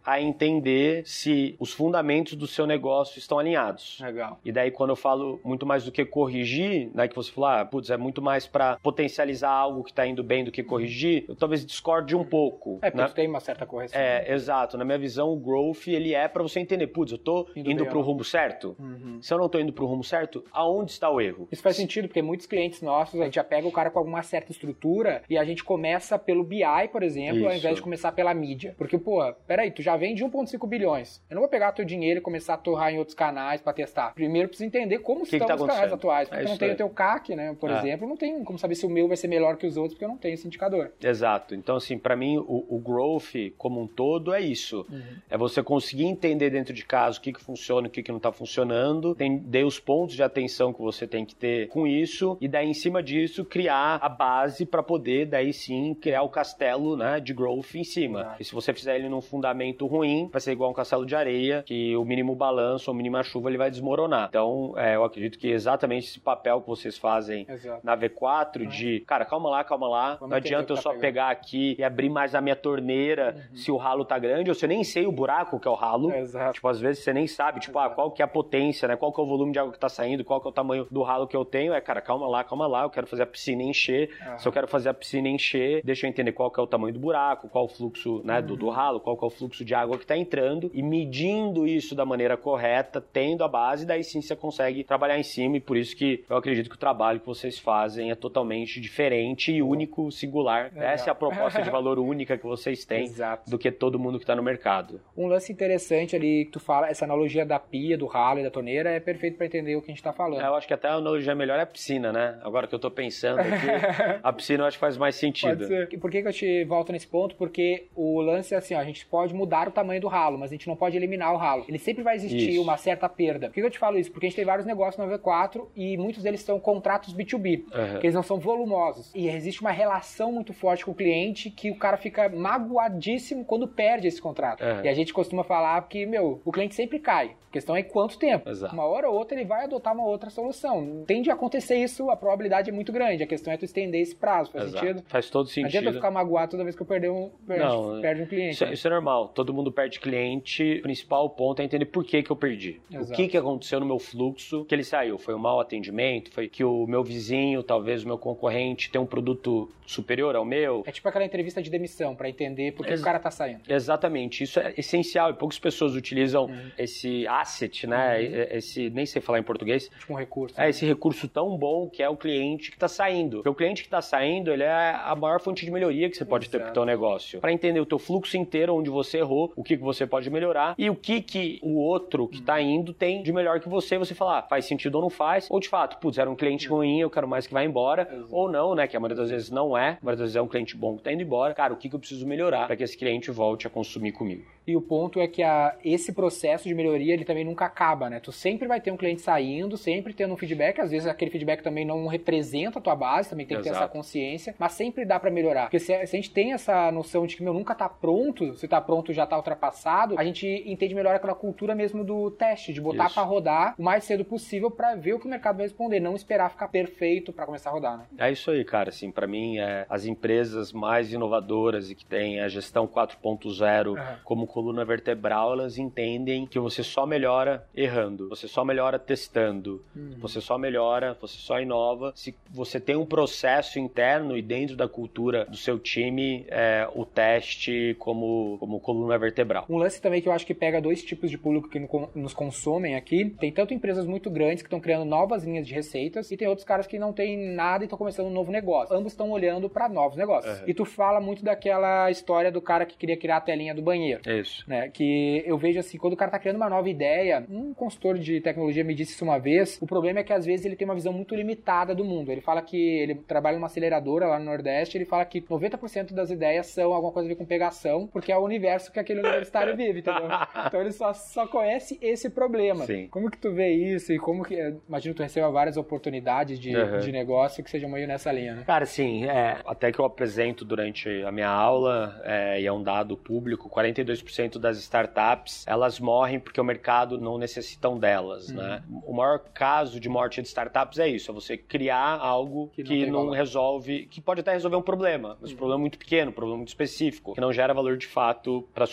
a entender se os fundamentos do seu negócio estão alinhados. Legal. E daí, quando eu falo muito mais do que corrigir, né, que você falou, ah, putz, é muito mais para potencializar algo que tá indo bem do que corrigir, eu talvez discorde um pouco. É, porque né? tu tem uma certa correção. É, exato. Na minha visão, o growth, ele é para você entender, putz, eu tô indo, indo pro rumo certo? Uhum. Se eu não tô indo pro rumo certo, aonde está o erro? Isso faz sentido, porque muitos clientes nossos, a gente já pega o cara com alguma certa estrutura e a gente começa pelo B I, por exemplo, Isso. ao invés de começar pela mídia. Porque, pô, peraí, tu já vende um vírgula cinco bilhões. Eu não vou pegar teu dinheiro e começar a torrar em outros canais pra testar. Primeiro, preciso entender como que estão que tá os canais atuais. Porque é eu não tenho o aí. teu C A C, né? Por é. exemplo, não tem como saber se o meu vai ser melhor que os outros, porque eu não tenho esse indicador. Exato. Então, assim, pra mim, o, o growth como um todo é isso. Uhum. É você conseguir entender dentro de casa o que que funciona, o que que não tá funcionando, entender os pontos de atenção que você tem que ter com isso, e daí, em cima disso, criar a base pra poder, daí sim, criar o castelo, né, de growth em cima. Exato. E se você fizer ele num fundamento ruim, vai ser igual um castelo de areia, que o mínimo balanço ou mínima chuva, ele vai desmoronar. Então, é, eu acredito que exatamente esse papel que vocês fazem Exato. Na V quatro, uhum. de, cara, calma lá, calma lá, Vamos não adianta eu tá só pegando. pegar aqui e abrir mais a minha torneira uhum. se o ralo tá grande, ou se eu nem sei o buraco que é o ralo. Exato. Tipo, às vezes você nem sabe, tipo, Exato. ah, qual que é a potência, né, qual que é o volume de água que tá saindo, qual que é o tamanho do ralo que eu tenho, é, cara, calma lá, calma lá, eu quero fazer a piscina encher, uhum. se eu quero fazer a piscina encher, deixa eu entender qual que é o tamanho do buraco, qual o fluxo, né, uhum. do, do ralo, qual que é o fluxo de água que tá entrando, e medindo isso da maneira correta, tendo a base, daí sim você consegue trabalhar em cima, e por isso que eu acredito que o trabalho que vocês fazem é totalmente diferente e único, singular. Legal. Essa é a proposta de valor única que vocês têm Exato. Do que todo mundo que tá no mercado. Um lance interessante ali que tu fala, essa analogia da pia, do ralo e da torneira é perfeito para entender o que a gente tá falando. É, eu acho que até a analogia melhor é a piscina, né? Agora que eu tô pensando aqui, a piscina eu acho que faz mais sentido. Pode ser. Por que que eu te volto nesse ponto? Porque o lance é assim, ó, a gente pode mudar o tamanho do ralo, mas a gente não pode eliminar o ralo. Ele sempre vai existir isso. Uma certa perda. Por que que eu te falo isso? Porque a gente tem vários negócios na V quatro e muitos deles são contratos B dois B, uhum. que eles não são volumosos. E existe uma relação muito forte com o cliente que o cara fica magoadíssimo quando perde esse contrato. Uhum. E a gente costuma falar que, meu, o cliente sempre cai. A questão é quanto tempo. Exato. Uma hora ou outra ele vai adotar uma outra solução. Tende a acontecer isso, a probabilidade é muito grande. A questão é tu estender esse prazo. Faz Exato. Sentido? Faz todo sentido. Não adianta eu ficar magoado toda vez que eu perder um, perde, não, perde um cliente. Isso, né? isso é normal. Todo mundo perde cliente. O principal ponto é entender por que que eu perdi. Exato. O que que aconteceu no meu fluxo que ele saiu. Foi um mau atendimento? Foi que o meu vizinho, talvez o meu concorrente, tem um produto superior ao meu? É tipo aquela entrevista de demissão para entender por que Ex- o cara tá saindo. Exatamente. Isso é essencial e poucas pessoas utilizam uhum. esse asset, né? Uhum. Esse, nem sei falar em português. Tipo um recurso. É, né? Esse recurso tão bom que é o cliente que tá saindo. Porque o cliente que tá saindo, ele é a maior fonte de melhoria que você pode Exato. Ter pro teu negócio. Para entender o teu fluxo inteiro, onde você errou, o que que você pode melhorar e o que que o outro que uhum. tá indo tem de melhor que você, você falar, ah, faz sentido ou não faz, ou de fato, putz, era um cliente ruim, eu quero mais que vá embora, Exato. Ou não, né, que a maioria das vezes não é, a maioria das vezes é um cliente bom que tá indo embora, cara, o que que eu preciso melhorar para que esse cliente volte a consumir comigo? E o ponto é que a, esse processo de melhoria, ele também nunca acaba, né, tu sempre vai ter um cliente saindo, sempre tendo um feedback, às vezes aquele feedback também não representa a tua base, também tem que Exato. Ter essa consciência, mas sempre dá para melhorar, porque se, se a gente tem essa noção de que, meu, nunca tá pronto, se tá pronto já tá ultrapassado, a gente entende melhor aquela cultura mesmo do teste, de botar para rodar o mais cedo possível para ver o que o mercado vai responder, não esperar ficar perfeito para começar a rodar, né? É isso aí, cara, assim, para mim, é, as empresas mais inovadoras e que têm a gestão quatro ponto zero uhum. como coluna vertebral, elas entendem que você só melhora errando, você só melhora testando, uhum. você só melhora, você só inova, se você tem um processo interno e dentro da cultura do seu time, é, o teste como, como coluna vertebral. Um lance também que eu acho que pega dois tipos de público que nos consomem aqui, tem tanto empresas muito grandes que estão criando novas linhas de receitas e tem outros caras que não têm nada e estão começando um novo negócio. Ambos estão olhando para novos negócios. Uhum. E tu fala muito daquela história do cara que queria criar a telinha do banheiro. Isso. Né? Que eu vejo assim, quando o cara tá criando uma nova ideia, um consultor de tecnologia me disse isso uma vez, o problema é que às vezes ele tem uma visão muito limitada do mundo. Ele fala que ele trabalha numa aceleradora lá no Nordeste, ele fala que noventa por cento das ideias são alguma coisa a ver com pegação, porque é o universo que aquele universitário vive, entendeu? Então ele só, só conhece esse problema. Sim. Como que tu vê isso e como que... Imagino que tu receba várias oportunidades de, uhum. de negócio que sejam meio nessa linha, né? Cara, sim, é, até que eu apresento durante a minha aula, é, e é um dado público, quarenta e dois por cento das startups, elas morrem porque o mercado não necessitam delas, uhum. né? O maior caso de morte de startups é isso, é você criar algo que não, que não resolve, que pode até resolver um problema, mas uhum. um problema muito pequeno, um problema muito específico, que não gera valor de fato para a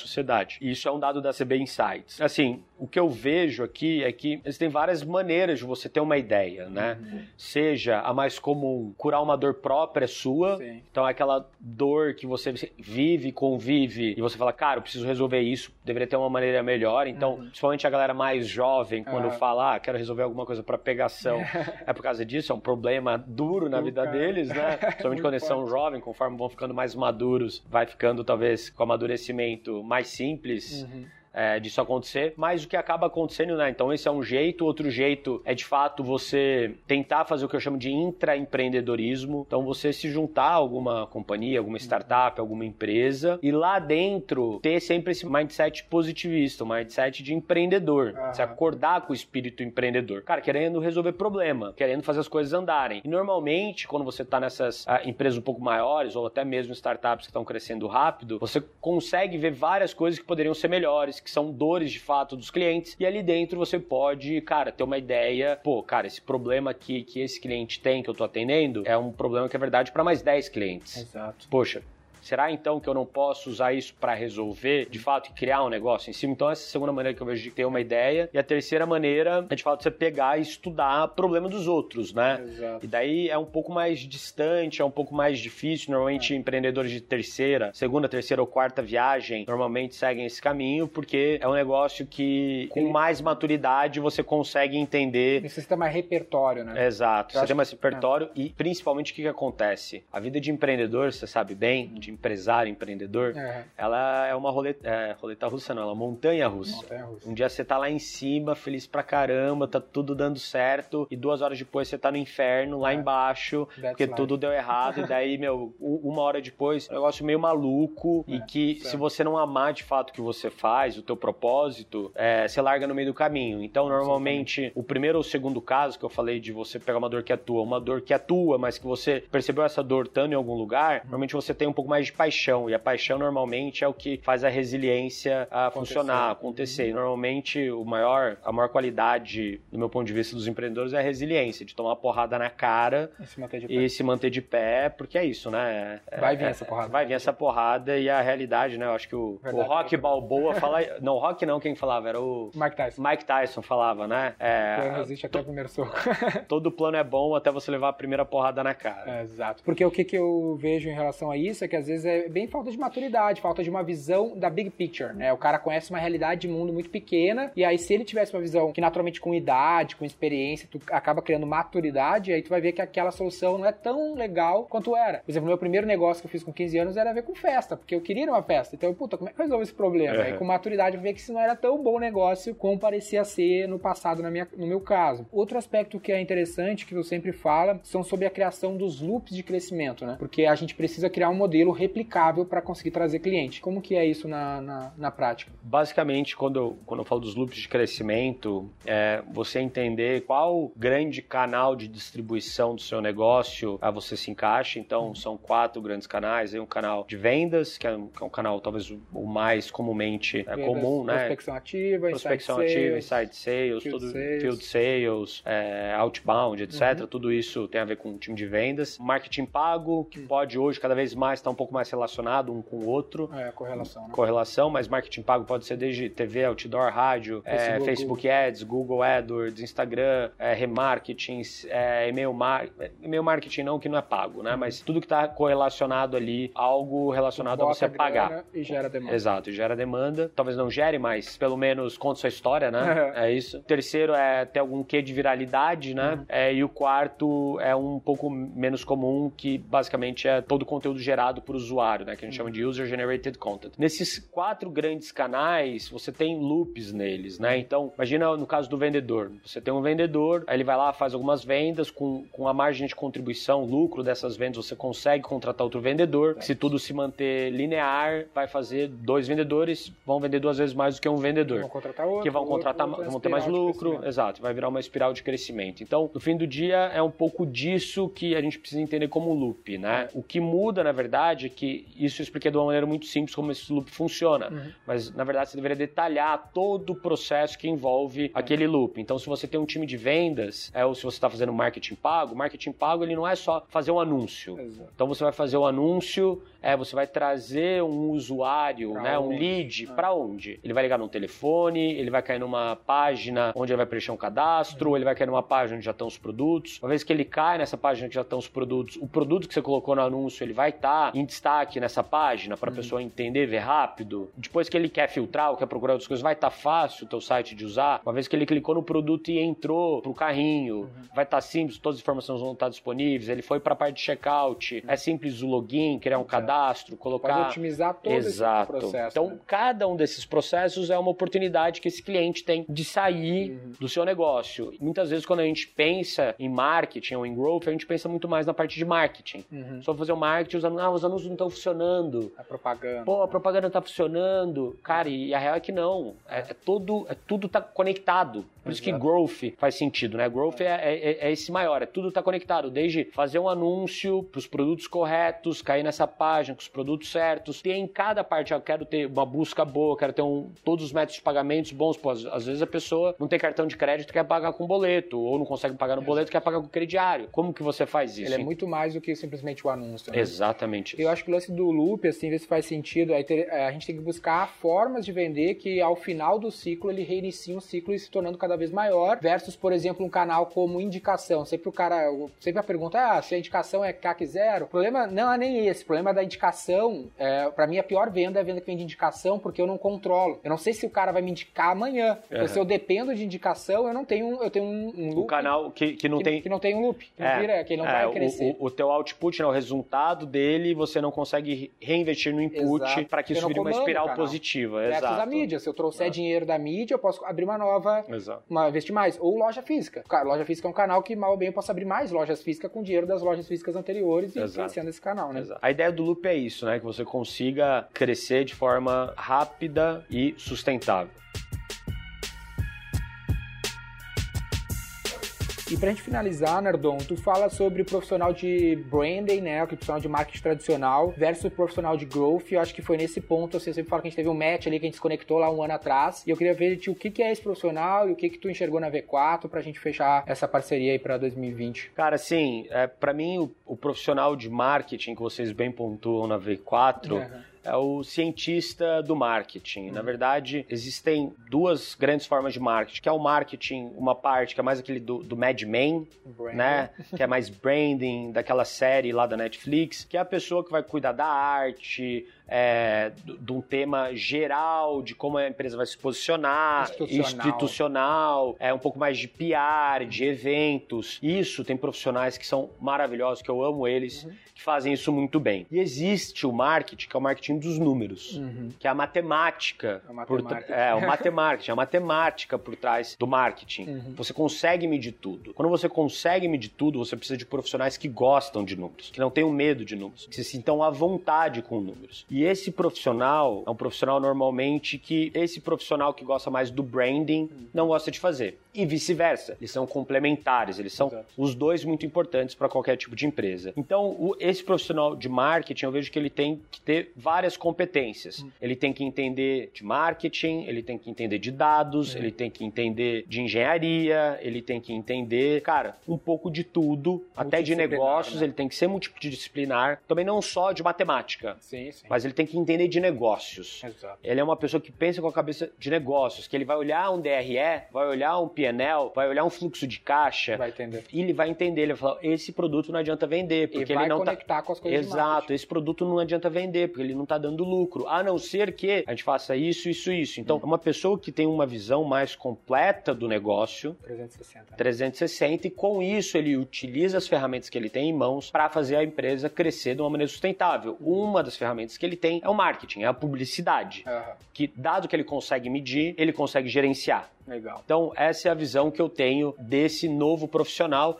sociedade. E isso é um dado da C B Insights. Assim, o que eu vejo aqui é que existem várias maneiras de você ter uma ideia, né? Uhum. Seja a mais comum, curar uma dor própria sua. Sim. Então é aquela dor que você vive, convive, e você fala, cara, eu preciso resolver isso, deveria ter uma maneira melhor. Então, uhum. principalmente a galera mais jovem, quando uhum. fala, ah, quero resolver alguma coisa pra pegação, é por causa disso, é um problema duro na vida cara. deles, né? Principalmente quando eles são jovens, conforme vão ficando mais maduros, vai ficando talvez com amadurecimento mais simples. Uhum. É, disso acontecer, mas o que acaba acontecendo, né? Então esse é um jeito, outro jeito é de fato você tentar fazer o que eu chamo de intraempreendedorismo, então você se juntar a alguma companhia, alguma startup, alguma empresa e lá dentro ter sempre esse mindset positivista, um mindset de empreendedor, uhum. você acordar com o espírito empreendedor, cara, querendo resolver problema, querendo fazer as coisas andarem. E normalmente quando você tá nessas ah, empresas um pouco maiores ou até mesmo startups que estão crescendo rápido, você consegue ver várias coisas que poderiam ser melhores, que são dores de fato dos clientes, e ali dentro você pode, cara, ter uma ideia, pô, cara, esse problema aqui que esse cliente tem, que eu tô atendendo, é um problema que é verdade para mais dez clientes. Exato. Poxa, será então que eu não posso usar isso para resolver, de fato, e criar um negócio em cima? Então essa é a segunda maneira que eu vejo de ter uma ideia. E a terceira maneira é, de fato, você pegar e estudar o problema dos outros, né? Exato. E daí é um pouco mais distante, é um pouco mais difícil. Normalmente é. empreendedores de terceira, segunda, terceira ou quarta viagem, normalmente seguem esse caminho, porque é um negócio que, com mais maturidade, você consegue entender. Necessita mais repertório, né? Exato. Eu você tem mais repertório é. e, principalmente, o que que acontece? A vida de empreendedor, você sabe bem, de empresário, empreendedor, uhum. ela é uma roleta, é, roleta russa, não, ela é uma montanha russa. montanha russa. Um dia você tá lá em cima, feliz pra caramba, tá tudo dando certo, e duas horas depois você tá no inferno, lá é. embaixo, That's porque life. tudo deu errado, e daí, meu, uma hora depois, um negócio meio maluco, é, e que certo. se você não amar de fato o que você faz, o teu propósito, é, você larga no meio do caminho. Então, normalmente, o primeiro ou o segundo caso que eu falei de você pegar uma dor que atua, uma dor que atua, mas que você percebeu essa dor estando em algum lugar, normalmente você tem um pouco mais de paixão, e a paixão normalmente é o que faz a resiliência a acontecer. funcionar, acontecer. E normalmente o maior, a maior qualidade, do meu ponto de vista, dos empreendedores é a resiliência, de tomar uma porrada na cara e se manter de pé, e se manter de pé, porque é isso, né? É, vai vir é, essa porrada. Vai vir essa porrada e a realidade, né? Eu acho que o, o Rock Balboa fala... Não, o Rock não, quem falava? Era o... Mike Tyson. Mike Tyson falava, né? É, o plano resiste até o primeiro soco. Todo plano é bom até você levar a primeira porrada na cara. É, exato. Porque o que, que eu vejo em relação a isso é que às vezes é bem falta de maturidade, falta de uma visão da big picture, né? O cara conhece uma realidade de mundo muito pequena, e aí se ele tivesse uma visão que naturalmente com idade, com experiência, tu acaba criando maturidade, aí tu vai ver que aquela solução não é tão legal quanto era. Por exemplo, meu primeiro negócio que eu fiz com quinze anos era a ver com festa, porque eu queria uma festa. Então, puta, como é que eu resolvo esse problema? Uhum. Aí com maturidade eu vi que isso não era tão bom negócio como parecia ser no passado, na minha, no meu caso. Outro aspecto que é interessante, que eu sempre falo, são sobre a criação dos loops de crescimento, né? Porque a gente precisa criar um modelo replicável para conseguir trazer cliente. Como que é isso na, na, na prática? Basicamente, quando eu, quando eu falo dos loops de crescimento, é você entender qual grande canal de distribuição do seu negócio a você se encaixa. Então, são quatro grandes canais. Aí um canal de vendas, que é um, que é um canal talvez o mais comumente é, comum, né? Prospecção ativa, Prospecção ativa, inside sales, field todo, sales, field sales é, outbound, etcétera. Uhum. Tudo isso tem a ver com o time de vendas. Marketing pago, que uhum. pode hoje cada vez mais estar um pouco mais relacionado um com o outro. É, correlação, né? Correlação, mas marketing pago pode ser desde T V, outdoor, rádio, Facebook, é, Facebook Google. Ads, Google AdWords, Instagram, é, remarketing, é, e-mail, mar... e-mail marketing não, que não é pago, né? Uhum. Mas tudo que está correlacionado ali, algo relacionado a você pagar. E gera demanda. Exato, e gera demanda. Talvez não gere, mas pelo menos conta sua história, né? É isso. O terceiro é ter algum quê de viralidade, né? Uhum. É, e o quarto é um pouco menos comum, que basicamente é todo o conteúdo gerado por usuário, né? Que a gente uhum. chama de User-Generated Content. Nesses quatro grandes canais, você tem loops neles, né? Então, imagina no caso do vendedor. Você tem um vendedor, aí ele vai lá, faz algumas vendas, com, com a margem de contribuição, lucro dessas vendas, você consegue contratar outro vendedor. É. Se tudo se manter linear, vai fazer dois vendedores, vão vender duas vezes mais do que um vendedor. Vão contratar outro. Que vão contratar, outro, vão ter mais lucro. Exato, vai virar uma espiral de crescimento. Então, no fim do dia, é um pouco disso que a gente precisa entender como loop, né? É. O que muda, na verdade, verdade é que isso eu expliquei de uma maneira muito simples como esse loop funciona. Uhum. Mas, na verdade, você deveria detalhar todo o processo que envolve uhum. aquele loop. Então, se você tem um time de vendas, é, ou se você está fazendo marketing pago, marketing pago ele não é só fazer um anúncio. Exato. Então, você vai fazer o anúncio, é, você vai trazer um usuário, né, um lead, ah. para onde? Ele vai ligar num telefone, ele vai cair numa página onde ele vai preencher um cadastro, uhum. ele vai cair numa página onde já estão os produtos. Uma vez que ele cai nessa página que já estão os produtos, o produto que você colocou no anúncio, ele vai estar tá em destaque nessa página para a uhum. pessoa entender, ver rápido. Depois que ele quer filtrar ou quer procurar outras coisas, vai estar tá fácil o teu site de usar. Uma vez que ele clicou no produto e entrou pro carrinho, uhum. vai estar tá simples, todas as informações vão estar disponíveis, ele foi para a parte de checkout, uhum. é simples o login, criar um Exato. cadastro, colocar... Pode otimizar todo Exato. esse processo. Então, né? cada um desses processos é uma oportunidade que esse cliente tem de sair uhum. do seu negócio. Muitas vezes, quando a gente pensa em marketing ou em growth, a gente pensa muito mais na parte de marketing. Uhum. Só fazer o marketing, usando, ah, os anúncios não estão funcionando. A propaganda. Pô, a propaganda tá funcionando. Cara, e a real é que não. É, é, todo, é tudo tá conectado. Por isso Exato. que growth faz sentido, né? Growth é, é, é esse maior, é tudo tá conectado. Desde fazer um anúncio pros produtos corretos, cair nessa página com os produtos certos. Ter em cada parte, eu quero ter uma busca boa, quero ter um, todos os métodos de pagamentos bons. Pô, às, às vezes a pessoa não tem cartão de crédito, quer pagar com boleto, ou não consegue pagar no Exato. boleto, quer pagar com crediário. Como que você faz isso? Ele é muito mais do que simplesmente o anúncio. Né? Exatamente. Eu acho que o lance do loop, assim, ver se faz sentido, aí ter, a gente tem que buscar formas de vender que ao final do ciclo ele reinicie um ciclo e se tornando cada vez maior, versus, por exemplo, um canal como indicação. Sempre o cara, sempre a pergunta, ah, se a indicação é C A C zero, o problema não é nem esse, o problema da indicação, é, pra mim a pior venda é a venda que vem de indicação, porque eu não controlo. Eu não sei se o cara vai me indicar amanhã, porque uhum. se eu dependo de indicação, eu não tenho, eu tenho um, um loop. Um canal que, que não que, tem... Que não tem um loop, que, é, não, vira, que não é, vai crescer. O, o, o teu output, né, o resultado dele, você não consegue reinvestir no input para que isso vire uma espiral positiva. Versus Exato. a mídia. Se eu trouxer é. dinheiro da mídia, eu posso abrir uma nova, Exato. uma, investir mais. Ou loja física. Loja física é um canal que mal ou bem eu posso abrir mais lojas físicas com dinheiro das lojas físicas anteriores e Exato. crescendo esse canal, né? Exato. A ideia do loop é isso, né? Que você consiga crescer de forma rápida e sustentável. E pra gente finalizar, Nardon, tu fala sobre o profissional de branding, né, o profissional de marketing tradicional versus o profissional de growth. Eu acho que foi nesse ponto, você sempre fala que a gente teve um match ali, que a gente se conectou lá um ano atrás. E eu queria ver de ti o que, que é esse profissional e o que que tu enxergou na V quatro pra gente fechar essa parceria aí pra dois mil e vinte. Cara, assim, é, pra mim o, o profissional de marketing que vocês bem pontuam na V quatro... Uhum. É o cientista do marketing. Uhum. Na verdade, existem duas grandes formas de marketing, que é o marketing, uma parte que é mais aquele do, do Mad Men, branding. Né? Que é mais branding, daquela série lá da Netflix, que é a pessoa que vai cuidar da arte, é, de um tema geral, de como a empresa vai se posicionar, institucional. institucional, é um pouco mais de P R, de eventos. Isso, tem profissionais que são maravilhosos, que eu amo eles, uhum. que fazem isso muito bem. E existe o marketing, que é o marketing dos números, uhum. que é a matemática. É o matemática. Por, é, o matemática, é a matemática por trás do marketing. Uhum. Você consegue medir tudo. Quando você consegue medir tudo, você precisa de profissionais que gostam de números, que não tenham medo de números, que se sintam à vontade com números. E esse profissional é um profissional normalmente que esse profissional que gosta mais do branding uhum. não gosta de fazer. E vice-versa. Eles são complementares, eles são Exato. Os dois muito importantes para qualquer tipo de empresa. Então, o, esse profissional de marketing, eu vejo que ele tem que ter várias competências. Uhum. Ele tem que entender de marketing, ele tem que entender de dados, uhum. ele tem que entender de engenharia, ele tem que entender, cara, um pouco de tudo, até de negócios, né? Ele tem que ser multidisciplinar, também não só de matemática, sim, sim. mas ele tem que entender de negócios. Exato. Ele é uma pessoa que pensa com a cabeça de negócios, que ele vai olhar um D R E, vai olhar um P and L, vai olhar um fluxo de caixa, vai entender. E ele vai entender, ele vai falar, esse produto não adianta vender, porque e ele não vai conectar tá... com as coisas Exato, esse produto não adianta vender, porque ele não tá dando lucro, a não ser que a gente faça isso, isso, isso. Então, é uma pessoa que tem uma visão mais completa do negócio, trezentos e sessenta, trezentos e sessenta, e com isso ele utiliza as ferramentas que ele tem em mãos para fazer a empresa crescer de uma maneira sustentável. Uma das ferramentas que ele tem é o marketing, é a publicidade, uhum. que dado que ele consegue medir, ele consegue gerenciar. Legal. Então, essa é a visão que eu tenho desse novo profissional, uhum. que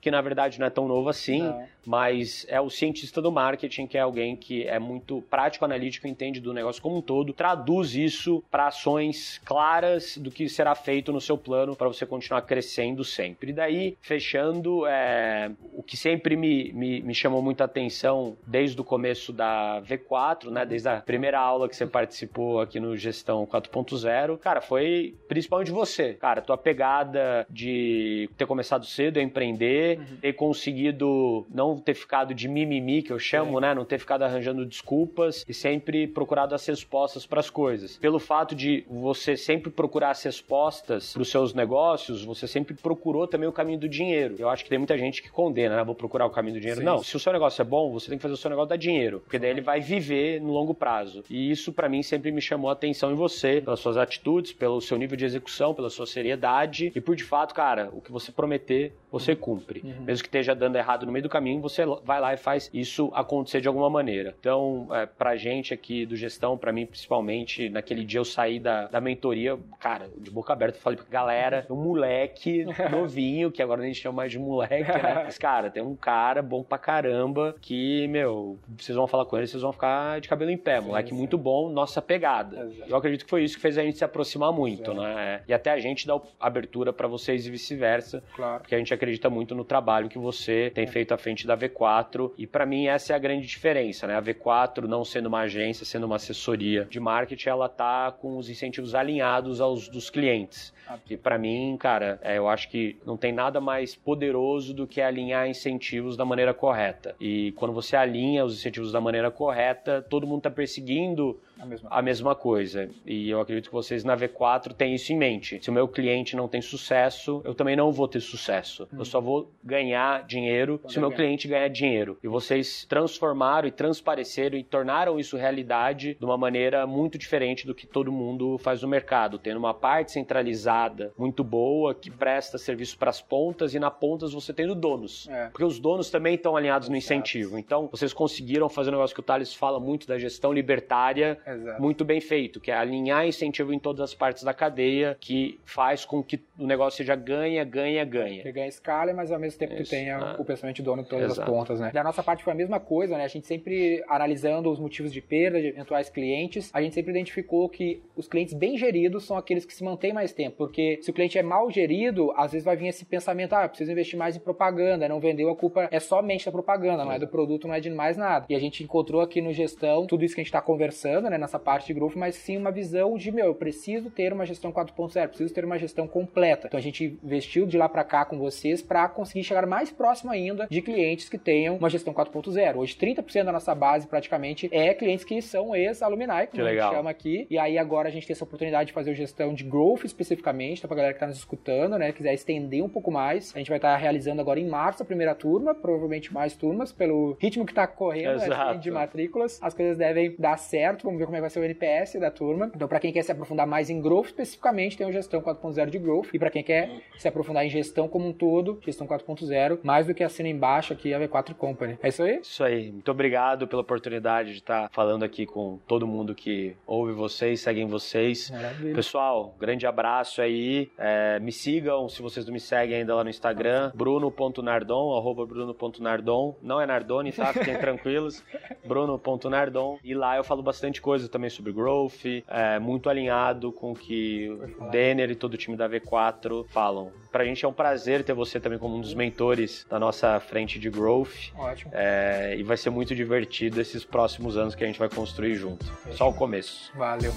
que na verdade não é tão novo assim, não. mas é o cientista do marketing, que é alguém que é muito prático, analítico, entende do negócio como um todo, traduz isso para ações claras do que será feito no seu plano para você continuar crescendo sempre. E daí, fechando, é, o que sempre me, me, me chamou muita atenção desde o começo da V quatro, né, desde a primeira aula que você participou aqui no Gestão quatro ponto zero, cara, foi principalmente você. Cara, tua pegada de ter começado cedo a empreender, uhum. ter conseguido não ter ficado de mimimi, que eu chamo, é. né, não ter ficado arranjando desculpas e sempre procurado as respostas para as coisas. Pelo fato de você sempre procurar as respostas para os seus negócios, você sempre procurou também o caminho do dinheiro. Eu acho que tem muita gente que condena, né, vou procurar o caminho do dinheiro. Sim. Não, se o seu negócio é bom, você tem que fazer o seu negócio dar dinheiro, porque daí ele vai viver no longo prazo. E isso, para mim, sempre me chamou a atenção em você, pelas suas atitudes, pelo seu nível de execução, pela sua seriedade e por, de fato, cara, o que você prometer, você cumpre. Uhum. Mesmo que esteja dando errado no meio do caminho, você vai lá e faz isso acontecer de alguma maneira. Então, é, pra gente aqui do Gestão, pra mim, principalmente, naquele dia eu saí da, da mentoria, cara, de boca aberta, eu falei pra galera, um moleque novinho, que agora a gente chama mais de moleque, né? Mas, cara, tem um cara bom pra caramba que, meu, vocês vão falar com ele, vocês vão ficar de cabelo em pé. Sim, moleque sim. muito bom, nossa pegada. Exato. Eu acredito que foi isso que fez a gente se aproximar muito, Exato. né? E até a gente dá abertura pra vocês e vice-versa. Claro. Porque a gente acredita muito no trabalho que você tem é. feito à frente da V quatro. E pra mim essa é a grande diferença, né? A V quatro, não sendo uma agência, sendo uma assessoria de marketing, ela tá com os incentivos alinhados aos dos clientes. E pra mim, cara, é, eu acho que não tem nada mais poderoso do que alinhar incentivos da maneira correta. E quando você alinha os incentivos da maneira correta, todo mundo tá perseguindo a mesma, a mesma coisa. E eu acredito que vocês na V quatro têm isso em mente. Se o meu cliente não tem sucesso, eu também não vou ter sucesso. Hum. Eu só vou ganhar dinheiro Pode se o meu ganhar. cliente ganhar dinheiro. E vocês transformaram e transpareceram e tornaram isso realidade de uma maneira muito diferente do que todo mundo faz no mercado, tendo uma parte centralizada muito boa, que presta serviço para as pontas, e na pontas você tendo donos. É. Porque os donos também estão alinhados no incentivo. Então, vocês conseguiram fazer um negócio que o Thales fala muito da gestão libertária, Exato. muito bem feito, que é alinhar incentivo em todas as partes da cadeia, que faz com que o negócio seja ganha, ganha, ganha. Você ganha escala, mas ao mesmo tempo Isso. que tenha ah. o pensamento de dono em todas Exato. as pontas, né? Da nossa parte foi a mesma coisa, né? A gente sempre, analisando os motivos de perda de eventuais clientes, a gente sempre identificou que os clientes bem geridos são aqueles que se mantêm mais tempo. Porque se o cliente é mal gerido, às vezes vai vir esse pensamento, ah, eu preciso investir mais em propaganda, não vendeu, a culpa é somente da propaganda, não é do produto, não é de mais nada. E a gente encontrou aqui no Gestão tudo isso que a gente está conversando, né, nessa parte de growth, mas sim uma visão de, meu, eu preciso ter uma gestão quatro ponto zero, preciso ter uma gestão completa. Então a gente investiu de lá para cá com vocês para conseguir chegar mais próximo ainda de clientes que tenham uma gestão quatro ponto zero. Hoje trinta por cento da nossa base praticamente é clientes que são ex-alumni, como a gente chama aqui, e aí agora a gente tem essa oportunidade de fazer a gestão de growth especificamente. Então, pra galera que tá nos escutando, né, quiser estender um pouco mais, a gente vai estar tá realizando agora em março a primeira turma, provavelmente mais turmas, pelo ritmo que tá correndo assim, de matrículas, as coisas devem dar certo, vamos ver como é que vai ser o N P S da turma. Então, pra quem quer se aprofundar mais em growth, especificamente, tem o Gestão quatro ponto zero de growth, e pra quem quer se aprofundar em gestão como um todo, Gestão quatro ponto zero, mais do que assina embaixo aqui a V quatro Company. É isso aí? Isso aí. Muito obrigado pela oportunidade de estar tá falando aqui com todo mundo que ouve vocês, seguem vocês. Maravilha. Pessoal, grande abraço aí. É, me sigam, se vocês não me seguem ainda lá no Instagram, bruno ponto nardon, arroba bruno ponto nardon. Não é Nardone, tá? Fiquem tranquilos. bruno ponto nardon. E lá eu falo bastante coisa também sobre growth, é, muito alinhado com o que o Denner e todo o time da V quatro falam. Pra gente é um prazer ter você também como um dos mentores da nossa frente de growth. Ótimo. É, e vai ser muito divertido esses próximos anos que a gente vai construir junto. Ótimo. Só o começo. Valeu.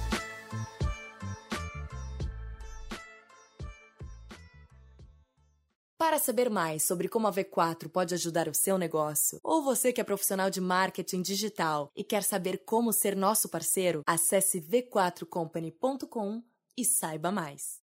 Para saber mais sobre como a V quatro pode ajudar o seu negócio, ou você que é profissional de marketing digital e quer saber como ser nosso parceiro, acesse v quatro company ponto com e saiba mais.